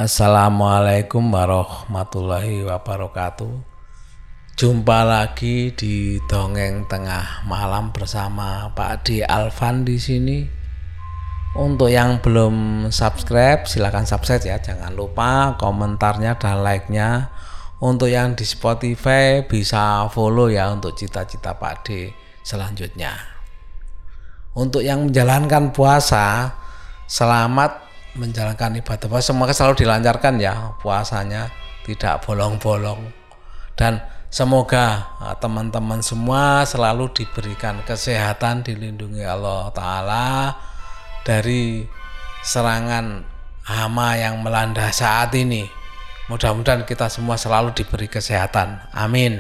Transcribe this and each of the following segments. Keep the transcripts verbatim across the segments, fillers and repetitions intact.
Assalamualaikum warahmatullahi wabarakatuh. Jumpa lagi di Dongeng Tengah Malam bersama Pak D. Alvan di sini. Untuk yang belum subscribe, silakan subscribe ya. Jangan lupa komentarnya dan like-nya. Untuk yang di Spotify bisa follow ya untuk cita-cita Pak D selanjutnya. Untuk yang menjalankan puasa, selamat menjalankan ibadah puasa, semoga selalu dilancarkan ya puasanya, tidak bolong-bolong, dan semoga teman-teman semua selalu diberikan kesehatan, dilindungi Allah Ta'ala dari serangan hama yang melanda saat ini. Mudah-mudahan kita semua selalu diberi kesehatan, amin.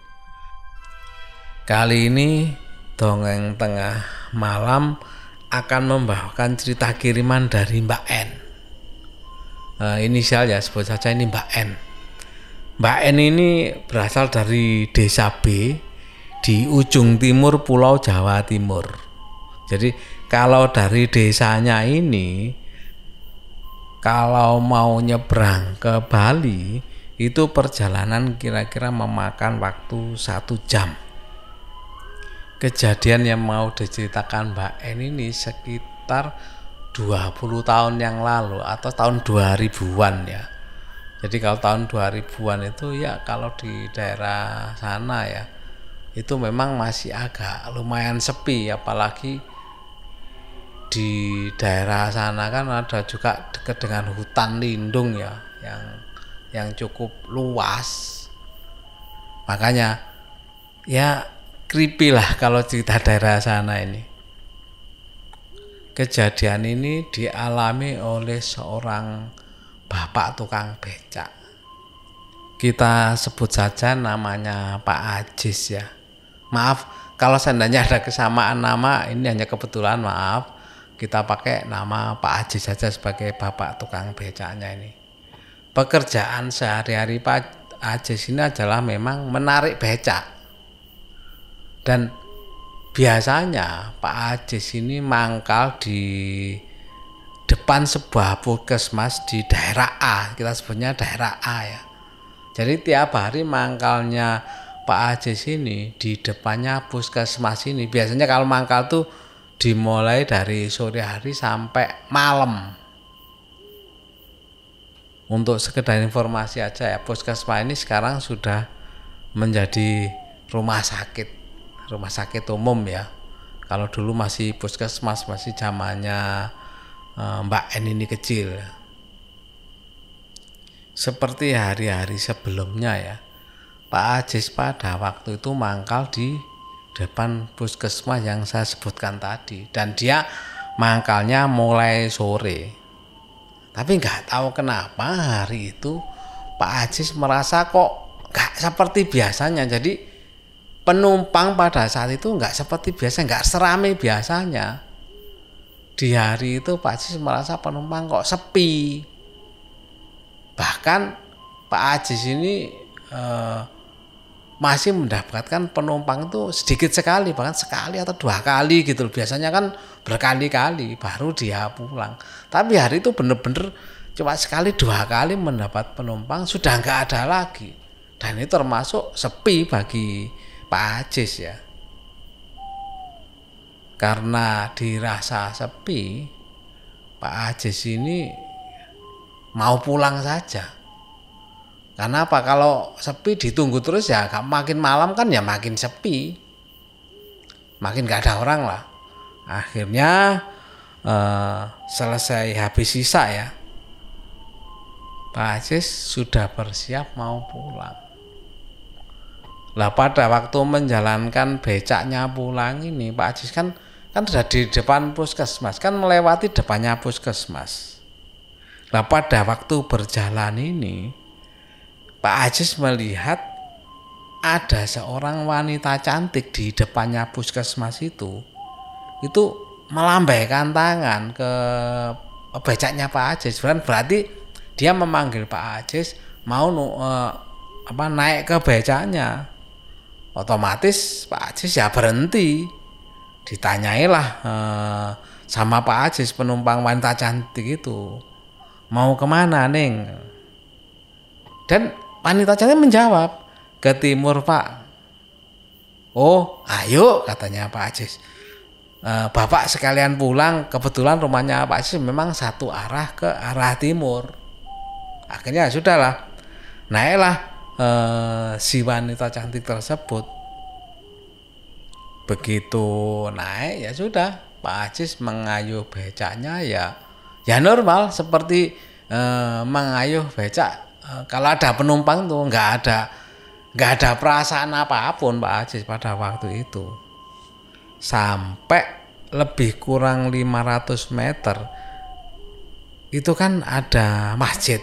Kali ini Dongeng Tengah Malam akan membawakan cerita kiriman dari Mbak N. Nah, inisial ya, sebut saja ini Mbak N. Mbak N ini berasal dari desa B di ujung timur Pulau Jawa Timur. Jadi kalau dari desanya ini, kalau mau nyebrang ke Bali, itu perjalanan kira-kira memakan waktu satu jam. Kejadian yang mau diceritakan Mbak N ini sekitar dua puluh tahun yang lalu atau tahun dua ribuan ya. Jadi kalau tahun dua ribuan itu ya, kalau di daerah sana ya, itu memang masih agak lumayan sepi, apalagi di daerah sana kan ada juga dekat dengan hutan lindung ya, yang yang cukup luas. Makanya ya creepy lah kalau cerita daerah sana ini. Kejadian ini dialami oleh seorang bapak tukang becak. Kita sebut saja namanya Pak Ajis ya. Maaf kalau seandainya ada kesamaan nama, ini hanya kebetulan, maaf. Kita pakai nama Pak Ajis saja sebagai bapak tukang becaknya ini. Pekerjaan sehari-hari Pak Ajis ini adalah memang menarik becak. Dan biasanya Pak Ajis ini mangkal di depan sebuah puskesmas di daerah A, kita sebutnya daerah A ya. Jadi tiap hari mangkalnya Pak Ajis ini di depannya puskesmas ini. Biasanya kalau mangkal tuh dimulai dari sore hari sampai malam. Untuk sekedar informasi aja ya, puskesmas ini sekarang sudah menjadi rumah sakit. Rumah sakit umum ya. Kalau dulu masih puskesmas, masih zamannya eh, Mbak N ini kecil. Seperti hari-hari sebelumnya ya, Pak Ajis pada waktu itu mangkal di depan puskesmas yang saya sebutkan tadi, dan dia mangkalnya mulai sore. Tapi nggak tahu kenapa hari itu Pak Ajis merasa kok nggak seperti biasanya. Jadi penumpang pada saat itu nggak seperti biasa, nggak seramai biasanya. Di hari itu Pak Ajis merasa penumpang kok sepi. Bahkan Pak Ajis ini eh, masih mendapatkan penumpang itu sedikit sekali, bahkan sekali atau dua kali gitu. Biasanya kan berkali-kali baru dia pulang. Tapi hari itu bener-bener cuma sekali dua kali mendapat penumpang, sudah nggak ada lagi. Dan itu termasuk sepi bagi Pak Ajis ya. Karena dirasa sepi, Pak Ajis ini mau pulang saja. Karena apa? Kalau sepi ditunggu terus ya, makin malam kan ya makin sepi, makin gak ada orang lah. Akhirnya eh, selesai habis sisa ya, Pak Ajis sudah bersiap mau pulang. Lah pada waktu menjalankan becaknya pulang ini, Pak Ajis kan kan sudah di depan puskesmas, kan melewati depannya puskesmas. Lah pada waktu berjalan ini, Pak Ajis melihat ada seorang wanita cantik di depannya puskesmas itu. Itu melambaikan tangan ke becaknya Pak Ajis. Berarti dia memanggil Pak Ajis mau eh, apa naik ke becaknya. Otomatis Pak Ajis ya berhenti. Ditanyailah eh, sama Pak Ajis penumpang wanita cantik itu, mau kemana Ning? Dan wanita cantik menjawab, ke timur Pak. Oh ayo katanya Pak Ajis, e, Bapak sekalian pulang, kebetulan rumahnya Pak Ajis memang satu arah ke arah timur. Akhirnya sudahlah, naiklah e, si wanita cantik tersebut. Begitu naik ya sudah, Pak Ajis mengayuh becaknya ya ya normal seperti e, mengayuh becak e, kalau ada penumpang tuh nggak ada nggak ada perasaan apapun Pak Ajis pada waktu itu. Sampai lebih kurang lima ratus meter itu kan ada masjid.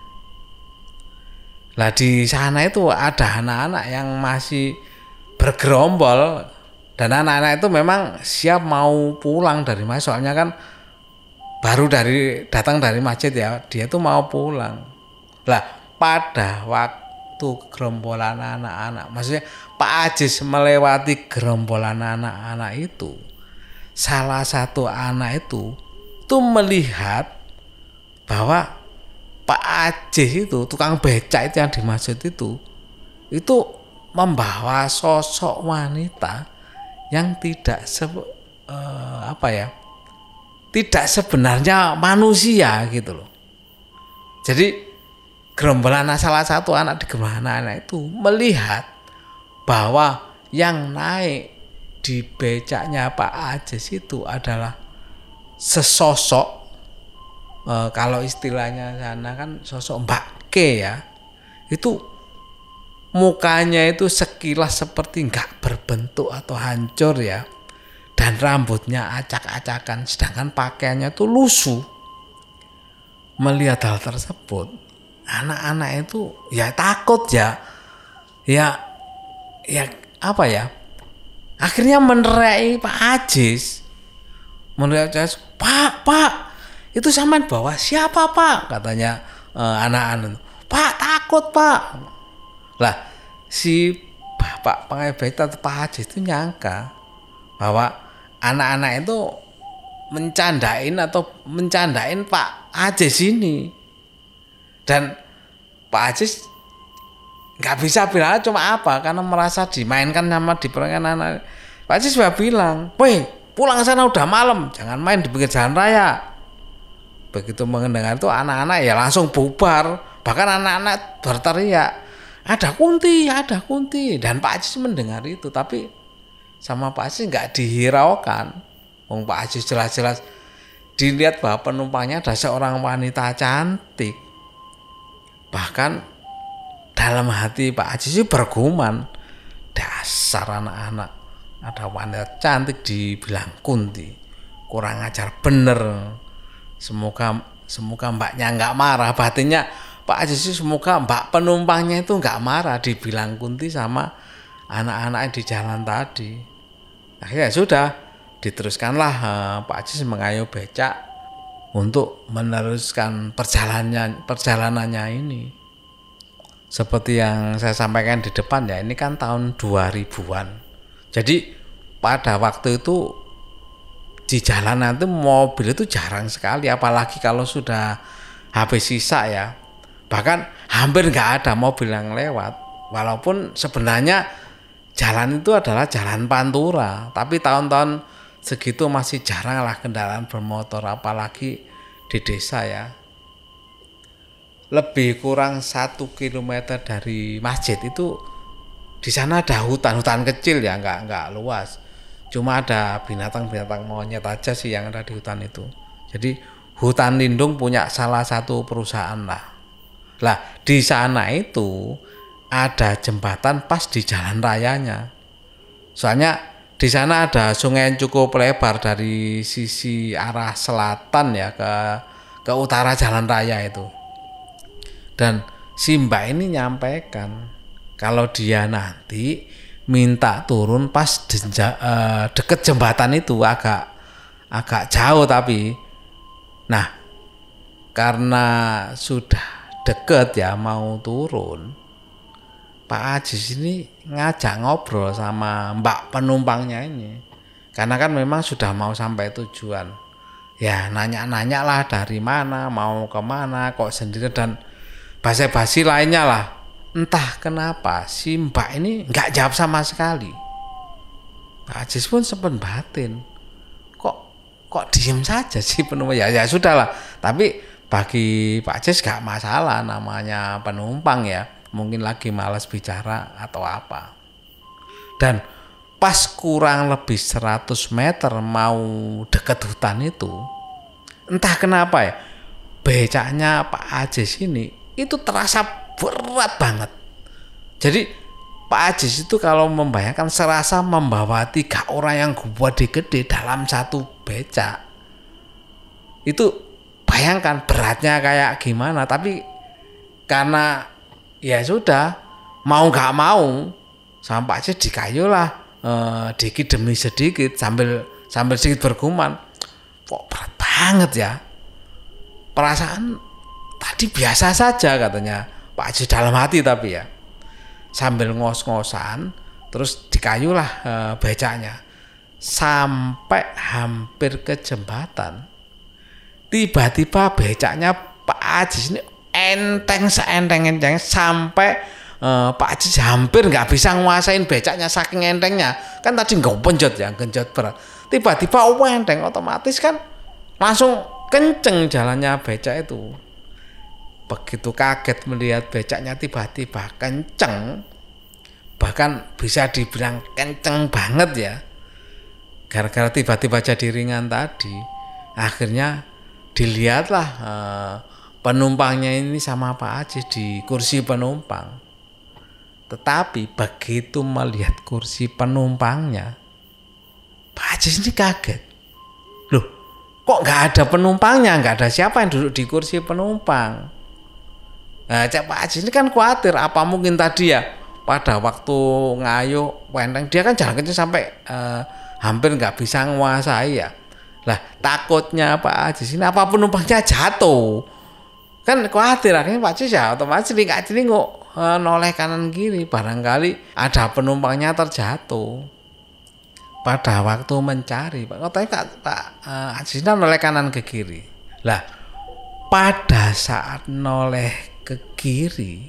Lah di sana itu ada anak-anak yang masih bergerombol, dan anak-anak itu memang siap mau pulang dari masjid, soalnya kan baru dari datang dari masjid ya, dia tuh mau pulang. Lah pada waktu gerombolan anak-anak, maksudnya Pak Ajis melewati gerombolan anak-anak itu, salah satu anak itu tuh melihat bahwa Pak Ajis itu, tukang becak itu yang di masjid itu, itu membawa sosok wanita yang tidak se, eh, apa ya, tidak sebenarnya manusia gitu loh. Jadi gerombolan salah satu anak di gerombolan anak itu melihat bahwa yang naik di becaknya Pak Ajis itu adalah sesosok, e, kalau istilahnya sana kan sosok Mbak K ya, itu mukanya itu sekilas seperti nggak berbentuk atau hancur ya, dan rambutnya acak-acakan, sedangkan pakaiannya itu lusuh. Melihat hal tersebut, anak-anak itu ya takut ya, ya, ya apa ya? Akhirnya menerai Pak Ajis, menerai Ajis, Pak, Pak, itu sampean bawa siapa Pak? Katanya eh, anak-anak, Pak takut Pak. Lah si bapak pengebet Pak Ajis itu nyangka bahwa anak-anak itu mencandain atau mencandain Pak Ajis ini, dan Pak Ajis nggak bisa bilang cuma apa, karena merasa dimainkan sama dipermainkan anak. Pak Ajis sudah bilang, weh pulang sana udah malam, jangan main di pinggir jalan raya. Begitu mendengar itu anak-anak ya langsung bubar, bahkan anak-anak berteriak, ada Kunti, ada Kunti. Dan Pak Ajis mendengar itu, tapi sama Pak Ajis nggak dihiraukan. Wong Pak Ajis jelas-jelas dilihat bahwa penumpangnya ada seorang wanita cantik. Bahkan dalam hati Pak Ajis itu bergumam, dasar anak-anak, ada wanita cantik dibilang Kunti, kurang ajar bener. Semoga semoga mbaknya nggak marah. Batinnya Pak Ajis itu semoga mbak penumpangnya itu nggak marah dibilang Kunti sama anak-anak di jalan tadi. Akhirnya sudah diteruskanlah, eh, Pak Ajis mengayuh becak untuk meneruskan perjalanannya perjalanannya ini. Seperti yang saya sampaikan di depan ya, ini kan tahun dua ribuan. Jadi pada waktu itu di jalanan itu mobil itu jarang sekali, apalagi kalau sudah habis sisa ya. Bahkan hampir nggak ada mobil yang lewat. Walaupun sebenarnya jalan itu adalah jalan pantura, tapi tahun-tahun segitu masih jarang lah kendaraan bermotor, apalagi di desa ya. Lebih kurang satu kilometer dari masjid itu di sana ada hutan, hutan kecil ya, nggak nggak luas. Cuma ada binatang-binatang monyet aja sih yang ada di hutan itu. Jadi hutan lindung punya salah satu perusahaan lah. Lah di sana itu ada jembatan pas di jalan rayanya. Soalnya di sana ada sungai yang cukup lebar dari sisi arah selatan ya ke ke utara jalan raya itu. Dan si Mbak ini nyampaikan kalau dia nanti minta turun pas denja, eh, deket jembatan itu, agak agak jauh tapi, nah karena sudah deket ya mau turun, Pak Ajis ini ngajak ngobrol sama Mbak penumpangnya ini, karena kan memang sudah mau sampai tujuan. Ya nanya-nanya lah dari mana, mau kemana, kok sendiri, dan basa-basi lainnya lah. Entah kenapa si Mbak ini nggak jawab sama sekali. Pak Ajis pun sempat batin, kok kok diem saja sih penumpang. Ya ya sudahlah. Tapi bagi Pak Ajis gak masalah, namanya penumpang ya. Mungkin lagi malas bicara atau apa. Dan pas kurang lebih seratus meter mau deket hutan itu, entah kenapa ya, becaknya Pak Ajis ini itu terasa berat banget. Jadi Pak Ajis itu kalau membayangkan serasa membawa tiga orang yang gede-gede dalam satu becak. Itu bayangkan beratnya kayak gimana. Tapi karena ya sudah, mau gak mau sama Pak Ajis dikayulah eh, dikit demi sedikit, sambil sambil sedikit bergumam, kok berat banget ya. Perasaan tadi biasa saja katanya Pak Ajis dalam hati, tapi ya sambil ngos-ngosan terus dikayulah e, becaknya sampai hampir ke jembatan. Tiba-tiba becaknya Pak Ajis ini enteng seenteng-enteng sampai e, Pak Ajis hampir nggak bisa nguasain becaknya saking entengnya. Kan tadi nggak penjot ya, genjot berat. Tiba-tiba oh, enteng, otomatis kan langsung kenceng jalannya becak itu. Begitu kaget melihat becaknya tiba-tiba kenceng, bahkan bisa dibilang kenceng banget ya, gara-gara tiba-tiba jadi ringan tadi. Akhirnya dilihatlah eh, penumpangnya ini sama Pak Ajis di kursi penumpang. Tetapi begitu melihat kursi penumpangnya, Pak Ajis ini kaget. Loh, kok nggak ada penumpangnya, nggak ada siapa yang duduk di kursi penumpang. Nah, Cak Pak Ajis ini kan khawatir, apa mungkin tadi ya pada waktu ngayuh wenteng dia kan jalan kenceng sampai eh, hampir nggak bisa nguasai ya. Lah takutnya Pak Ajis ini apa penumpangnya jatuh, kan khawatir. Akhirnya Pak Ajis ya otomatis celingak-celinguk eh, noleh kanan kiri, barangkali ada penumpangnya terjatuh. Pada waktu mencari Pak katanya Pak eh, Ajis noleh kanan ke kiri. Lah pada saat noleh ke kiri,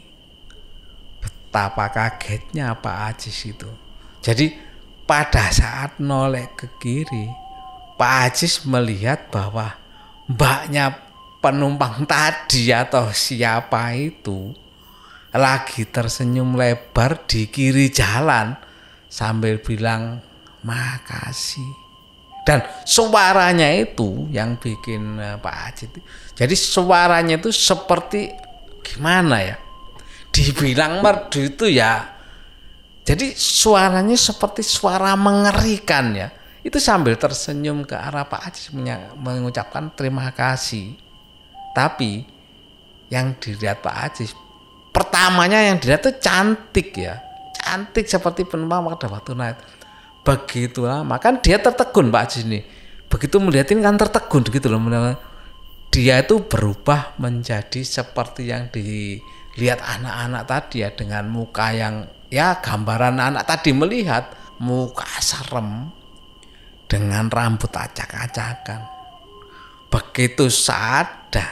betapa kagetnya Pak Ajis itu. Jadi pada saat noleh ke kiri, Pak Ajis melihat bahwa mbaknya penumpang tadi atau siapa itu lagi tersenyum lebar di kiri jalan sambil bilang makasih. Dan suaranya itu yang bikin Pak Ajis itu, jadi suaranya itu seperti gimana ya, dibilang merdu itu ya, jadi suaranya seperti suara mengerikan ya. Itu sambil tersenyum ke arah Pak Ajis mengucapkan terima kasih. Tapi yang dilihat Pak Ajis, pertamanya yang dilihat itu cantik ya, cantik seperti penumpang pada waktu naik. Begitu lama kan dia tertegun Pak Ajis ini, begitu melihat ini kan tertegun gitu loh. Dia itu berubah menjadi seperti yang dilihat anak-anak tadi ya, dengan muka yang ya gambaran anak tadi melihat muka serem dengan rambut acak-acakan. Begitu sadar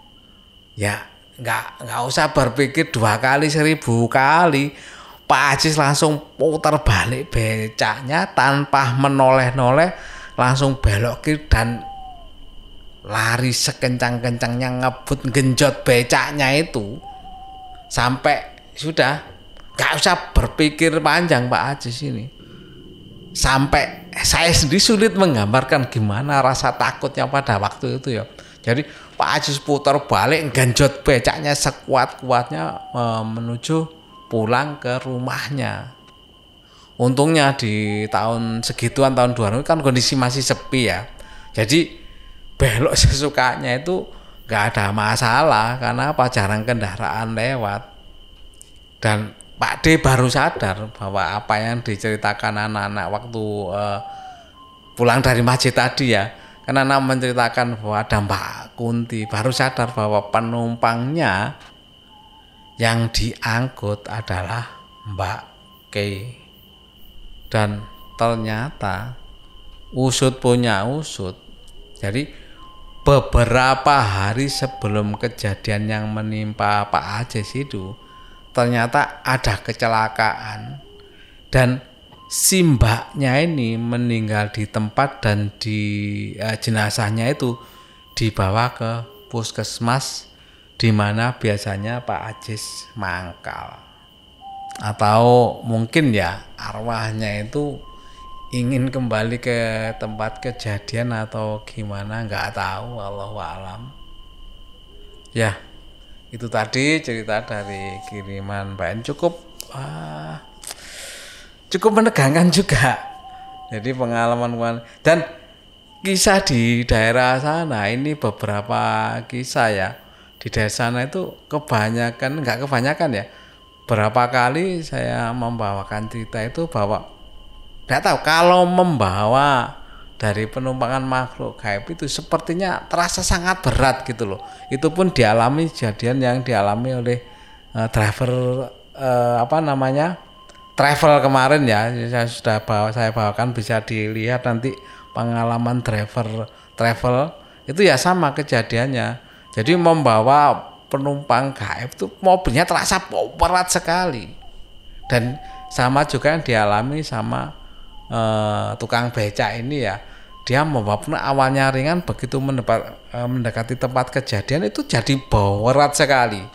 ya nggak nggak usah berpikir dua kali seribu kali, Pak Ajis langsung putar balik becaknya tanpa menoleh-noleh, langsung belok kiri dan lari sekencang-kencangnya ngebut genjot becaknya itu sampai sudah nggak usah berpikir panjang Pak Ajis ini. Sampai saya sendiri sulit menggambarkan gimana rasa takutnya pada waktu itu ya. Jadi Pak Ajis putar balik genjot becaknya sekuat-kuatnya menuju pulang ke rumahnya. Untungnya di tahun segituan, tahun dua ribu kan kondisi masih sepi ya. Jadi belok sesukanya itu nggak ada masalah, karena apa, jarang kendaraan lewat. Dan Pak D baru sadar bahwa apa yang diceritakan anak-anak waktu uh, pulang dari masjid tadi ya, karena anak menceritakan bahwa ada Mbak Kunti, baru sadar bahwa penumpangnya yang diangkut adalah Mbak K. Dan ternyata usut punya usut, jadi beberapa hari sebelum kejadian yang menimpa Pak Aziz itu ternyata ada kecelakaan dan si mbaknya ini meninggal di tempat dan di eh, jenazahnya itu dibawa ke puskesmas di mana biasanya Pak Aziz mangkal. Atau mungkin ya arwahnya itu ingin kembali ke tempat kejadian atau gimana, nggak tahu, wallahu alam. Ya, itu tadi cerita dari kiriman Mbak En, cukup ah, cukup menegangkan juga. Jadi pengalaman dan kisah di daerah sana ini beberapa kisah ya. Di daerah sana itu kebanyakan, nggak kebanyakan ya, berapa kali saya membawakan cerita itu bahwa nggak tahu kalau membawa dari penumpangan makhluk gaib itu sepertinya terasa sangat berat gitu loh. Itu pun dialami kejadian yang dialami oleh uh, driver uh, apa namanya travel kemarin ya. Saya sudah bawa, saya bawakan, bisa dilihat nanti pengalaman driver travel itu ya sama kejadiannya. Jadi membawa penumpang gaib itu mobilnya terasa berat sekali, dan sama juga yang dialami sama eh, tukang becak ini ya. Dia membawa awalnya ringan, begitu mendekat, eh, mendekati tempat kejadian itu jadi berat sekali.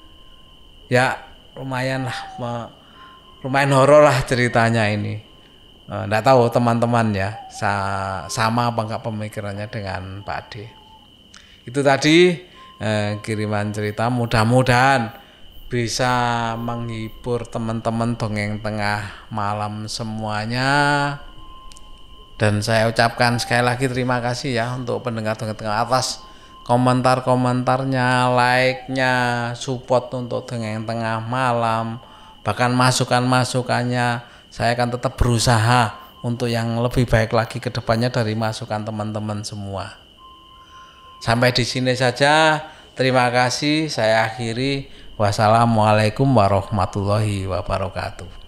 Ya lumayan lah, lumayan horor lah ceritanya ini. Nggak eh, tahu teman-teman ya sa- sama apa enggak pemikirannya dengan Pak Ade. Itu tadi Eh, kiriman cerita, mudah-mudahan bisa menghibur teman-teman dongeng tengah malam semuanya. Dan saya ucapkan sekali lagi terima kasih ya untuk pendengar dongeng tengah atas komentar-komentarnya, like-nya, support untuk dongeng tengah malam, bahkan masukan-masukannya. Saya akan tetap berusaha untuk yang lebih baik lagi ke depannya dari masukan teman-teman semua. Sampai di sini saja. Terima kasih. Saya akhiri. Wassalamualaikum warahmatullahi wabarakatuh.